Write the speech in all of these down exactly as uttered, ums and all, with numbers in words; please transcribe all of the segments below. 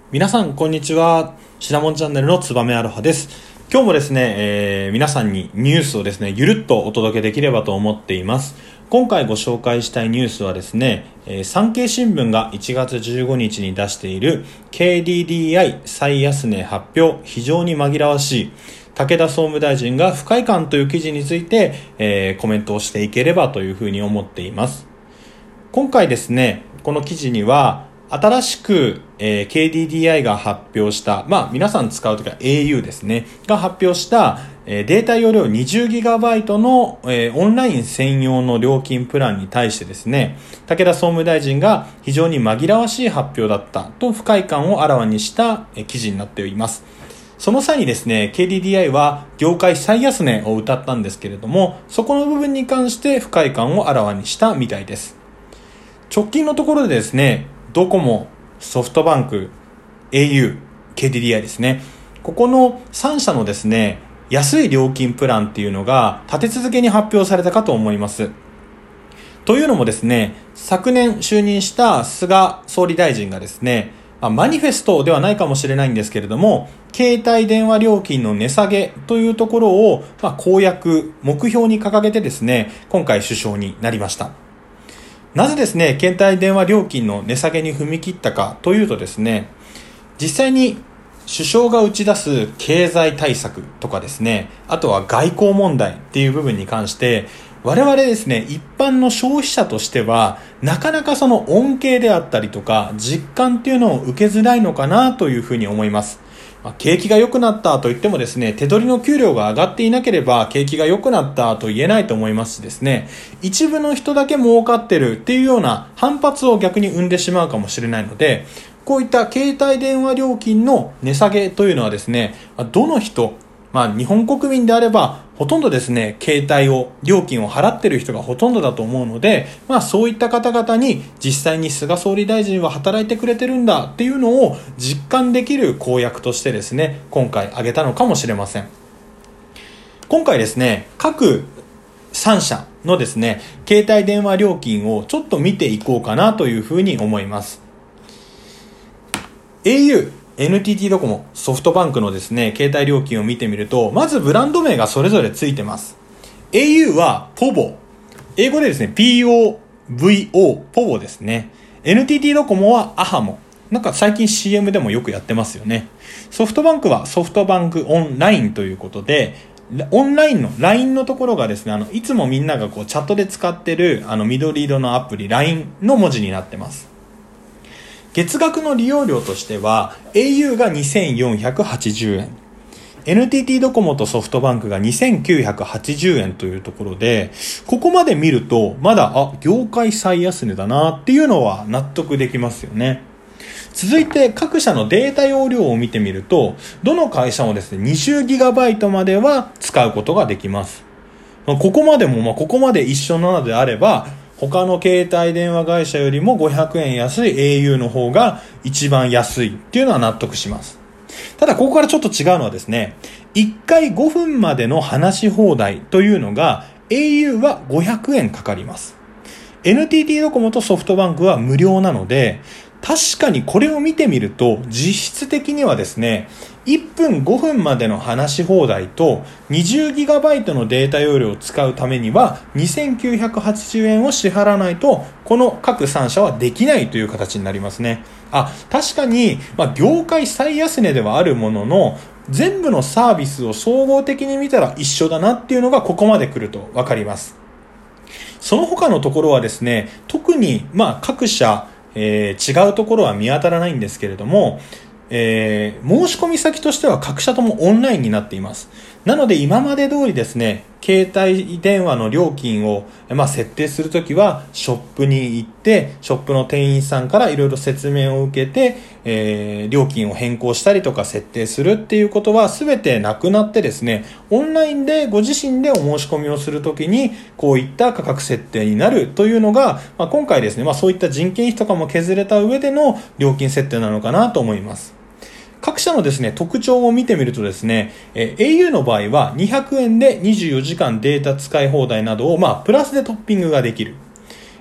皆さんこんにちは。シナモンチャンネルのつばめアロハです。今日もですね、えー、皆さんにニュースをですねゆるっとお届けできればと思っています。今回ご紹介したいニュースはですね、えー、産経新聞がいちがつじゅうごにちに出している ケーディーディーアイ 最安値発表、非常に紛らわしい、武田総務大臣が不快感という記事について、えー、コメントをしていければというふうに思っています。今回ですね、この記事には新しく、えー、ケーディーディーアイ が発表した、まあ皆さん使うときは エーユー ですね、が発表した、えー、データ容量 にじゅうギガバイト の、えー、オンライン専用の料金プランに対してですね、武田総務大臣が非常に紛らわしい発表だったと不快感をあらわにした、えー、記事になっています。その際にですね、ケーディーディーアイ は業界最安値を謳ったんですけれども、そこの部分に関して不快感をあらわにしたみたいです。直近のところでですね、ドコモ、ソフトバンク、エーユー、ケーディーディーアイ ですね。ここのさん社のですね、安い料金プランっていうのが立て続けに発表されたかと思います。というのもですね、昨年就任した菅総理大臣がですね、マニフェストではないかもしれないんですけれども、携帯電話料金の値下げというところを、まあ、公約、目標に掲げてですね、今回首相になりました。なぜですね、携帯電話料金の値下げに踏み切ったかというとですね、実際に首相が打ち出す経済対策とかですね、あとは外交問題っていう部分に関して、我々ですね、一般の消費者としては、なかなかその恩恵であったりとか、実感っていうのを受けづらいのかなというふうに思います。景気が良くなったと言ってもですね、手取りの給料が上がっていなければ景気が良くなったと言えないと思いますしですね、一部の人だけ儲かってるっていうような反発を逆に生んでしまうかもしれないので、こういった携帯電話料金の値下げというのはですね、どの人、まあ日本国民であればほとんどですね、携帯を、料金を払っている人がほとんどだと思うので、まあそういった方々に実際に菅総理大臣は働いてくれてるんだっていうのを実感できる公約としてですね、今回挙げたのかもしれません。今回ですね、各さん社のですね、携帯電話料金をちょっと見ていこうかなというふうに思います。エーユー、エヌティーティー ドコモ、ソフトバンクのですね、携帯料金を見てみると、まずブランド名がそれぞれついてます。エーユー はポボ。英語でですね、ピーオーブイオー、ポボですね。エヌティーティー ドコモはアハモ。なんか最近 シーエム でもよくやってますよね。ソフトバンクはソフトバンクオンラインということで、オンラインの ライン のところがですね、あの、いつもみんながこうチャットで使ってるあの緑色のアプリ ライン の文字になってます。月額の利用料としては エーユー がにせんよんひゃくはちじゅうえん、 エヌティーティー ドコモとソフトバンクがにせんきゅうひゃくはちじゅうえんというところで、ここまで見るとまだあ業界最安値だなっていうのは納得できますよね。続いて各社のデータ容量を見てみると、どの会社もですね にじゅうギガバイト までは使うことができます。ここまでもまあここまで一緒なのであれば、他の携帯電話会社よりもごひゃくえん安い エーユー の方が一番安いっていうのは納得します。ただここからちょっと違うのはですね、いっかいごふんまでの話し放題というのが エーユー はごひゃくえんかかります。エヌティーティー ドコモとソフトバンクは無料なので、確かにこれを見てみると実質的にはですね、いっぷんごふんまでの話し放題と にじゅうギガバイト のデータ容量を使うためにはにせんきゅうひゃくはちじゅうえんを支払わないと、この各さん社はできないという形になりますね。あ、確かに、まあ、業界最安値ではあるものの、全部のサービスを総合的に見たら一緒だなっていうのがここまで来ると分かります。その他のところはですね、特にまあ各社えー、違うところは見当たらないんですけれども、えー、申し込み先としては各社ともオンラインになっています。なので今まで通りですね、携帯電話の料金を、まあ、設定するときはショップに行って、ショップの店員さんからいろいろ説明を受けて、えー、料金を変更したりとか設定するっていうことは全てなくなってですね、オンラインでご自身でお申し込みをするときにこういった価格設定になるというのが、まあ、今回ですね、まあ、そういった人件費とかも削れた上での料金設定なのかなと思います。各社のですね、特徴を見てみるとですね、えー、エーユー の場合はにひゃくえんでにじゅうよじかんデータ使い放題などを、まあ、プラスでトッピングができる。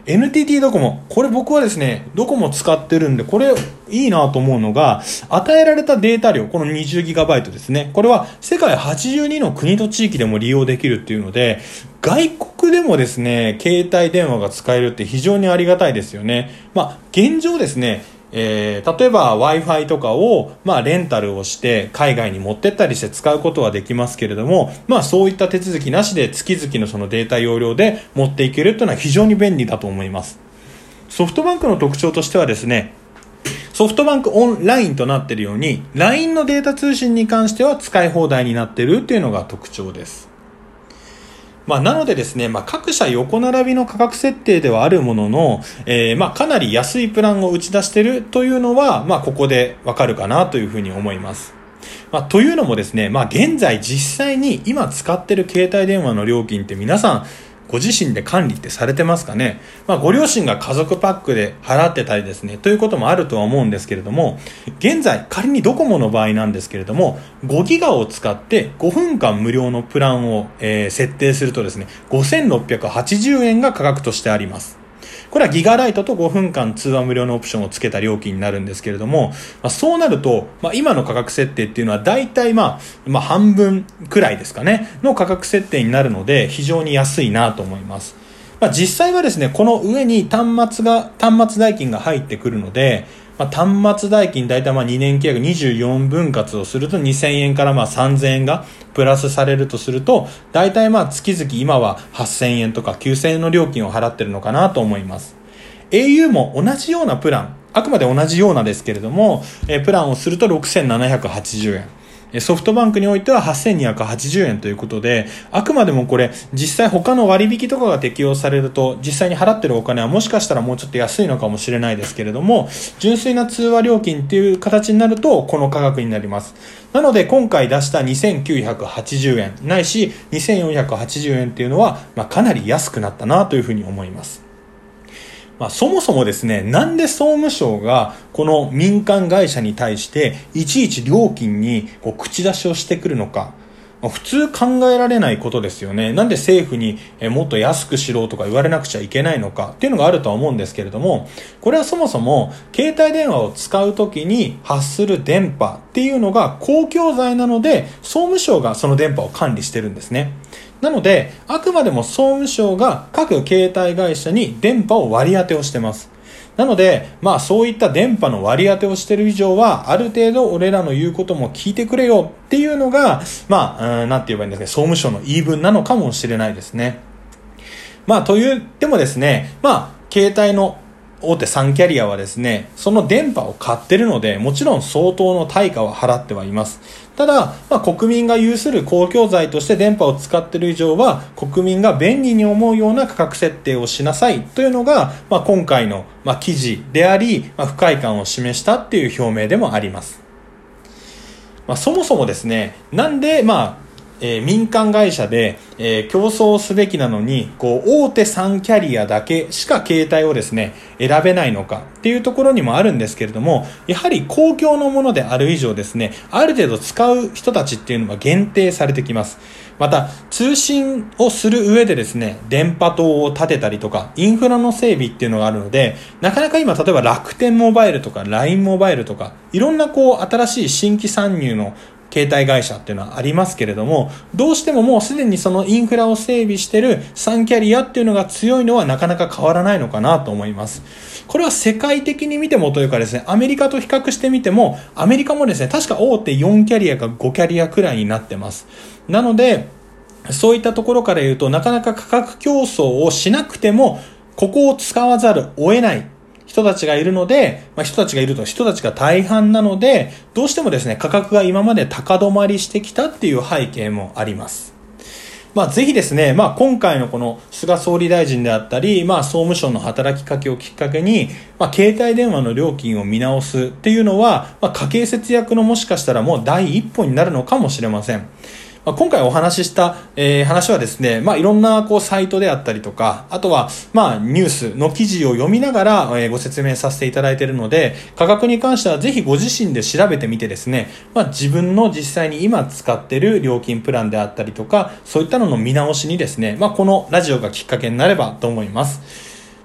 エヌティーティー ドコモ、これ僕はですね、ドコモ使ってるんで、これいいなと思うのが、与えられたデータ量、この にじゅうギガバイト ですね。これは世界はちじゅうにの国と地域でも利用できるっていうので、外国でもですね、携帯電話が使えるって非常にありがたいですよね。まあ、現状ですね、えー、例えば Wi-Fi とかを、まあ、レンタルをして海外に持ってったりして使うことはできますけれども、まあ、そういった手続きなしで月々のそのデータ容量で持っていけるというのは非常に便利だと思います。ソフトバンクの特徴としてはですね、ソフトバンクオンラインとなっているように ライン のデータ通信に関しては使い放題になっているというのが特徴です。まあ、なのでですね、まあ、各社横並びの価格設定ではあるものの、えー、まあ、かなり安いプランを打ち出しているというのは、まあ、ここでわかるかなというふうに思います。まあ、というのもですね、まあ、現在実際に今使っている携帯電話の料金って皆さんご自身で管理ってされてますかね。まあ、ご両親が家族パックで払ってたりですね、ということもあるとは思うんですけれども、現在仮にドコモの場合なんですけれども、ごギガを使ってごふんかん無料のプランを、えー、設定するとですね、ごせんろっぴゃくはちじゅうえんが価格としてあります。これはギガライトとごふんかん通話無料のオプションをつけた料金になるんですけれども、まあ、そうなると、まあ、今の価格設定っていうのは大体まあ、まあ半分くらいですかね、の価格設定になるので非常に安いなと思います。まあ、実際はですね、この上に端末が、端末代金が入ってくるので、まあ、端末代金大体まあにねん契約にじゅうよんぶん割をするとにせんえんからまあさんぜんえんがプラスされるとすると、大体まあ月々今ははっせんえんとかきゅうせんえんの料金を払ってるのかなと思います。エーユー も同じようなプラン、あくまで同じようなですけれども、えプランをするとろくせんななひゃくはちじゅうえん。ソフトバンクにおいてははっせんにひゃくはちじゅうえんということで、あくまでもこれ実際他の割引とかが適用されると実際に払ってるお金はもしかしたらもうちょっと安いのかもしれないですけれども、純粋な通話料金っていう形になるとこの価格になります。なので今回出したにせんきゅうひゃくはちじゅうえんないしにせんよんひゃくはちじゅうえんっていうのは、まあ、かなり安くなったなというふうに思います。まあ、そもそもですね、なんで総務省がこの民間会社に対していちいち料金にこう口出しをしてくるのか、まあ、普通考えられないことですよね。なんで政府にえもっと安くしろとか言われなくちゃいけないのかっていうのがあるとは思うんですけれども、これはそもそも携帯電話を使うときに発する電波っていうのが公共財なので、総務省がその電波を管理してるんですね。なので、あくまでも総務省が各携帯会社に電波を割り当てをしてます。なので、まあそういった電波の割り当てをしている以上は、ある程度俺らの言うことも聞いてくれよっていうのが、まあ、うん、なんて言えばいいんですかね、総務省の言い分なのかもしれないですね。まあと言ってもですね、まあ携帯の大手さんキャリアはですね、その電波を買ってるので、もちろん相当の対価は払ってはいます。ただ、まあ、国民が有する公共財として電波を使っている以上は、国民が便利に思うような価格設定をしなさいというのが、まあ、今回の、まあ、記事であり、まあ、不快感を示したっていう表明でもあります。まあ、そもそもですね、なんで、まあ、えー、民間会社で、えー、競争すべきなのにこう大手さんキャリアだけしか携帯をですね選べないのかっていうところにもあるんですけれども、やはり公共のものである以上ですね、ある程度使う人たちっていうのは限定されてきます。また通信をする上でですね、電波塔を立てたりとかインフラの整備っていうのがあるので、なかなか今例えば楽天モバイルとか ライン モバイルとかいろんなこう新しい新規参入の携帯会社っていうのはありますけれども、どうしてももうすでにそのインフラを整備しているさんキャリアっていうのが強いのはなかなか変わらないのかなと思います。これは世界的に見てもというかですね、アメリカと比較してみても、アメリカもですね、確か大手よんキャリアかごキャリアくらいになってます。なので、そういったところから言うと、なかなか価格競争をしなくても、ここを使わざるを得ない人たちがいるので、まあ、人たちがいると人たちが大半なので、どうしてもですね、価格が今まで高止まりしてきたっていう背景もあります。まあ、ぜひですね、まあ、今回のこの菅総理大臣であったり、まあ、総務省の働きかけをきっかけに、まあ、携帯電話の料金を見直すっていうのは、まあ、家計節約のもしかしたらもう第一歩になるのかもしれません。まあ、今回お話しした、えー、話はですね、まあ、いろんなこうサイトであったりとか、あとはまあニュースの記事を読みながら、えー、ご説明させていただいているので、価格に関してはぜひご自身で調べてみてですね、まあ、自分の実際に今使っている料金プランであったりとか、そういったのの見直しにですね、まあ、このラジオがきっかけになればと思います。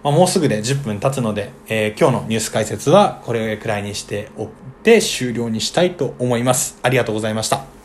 まあ、もうすぐでじゅっぷん経つので、えー、今日のニュース解説はこれくらいにしておって終了にしたいと思います。ありがとうございました。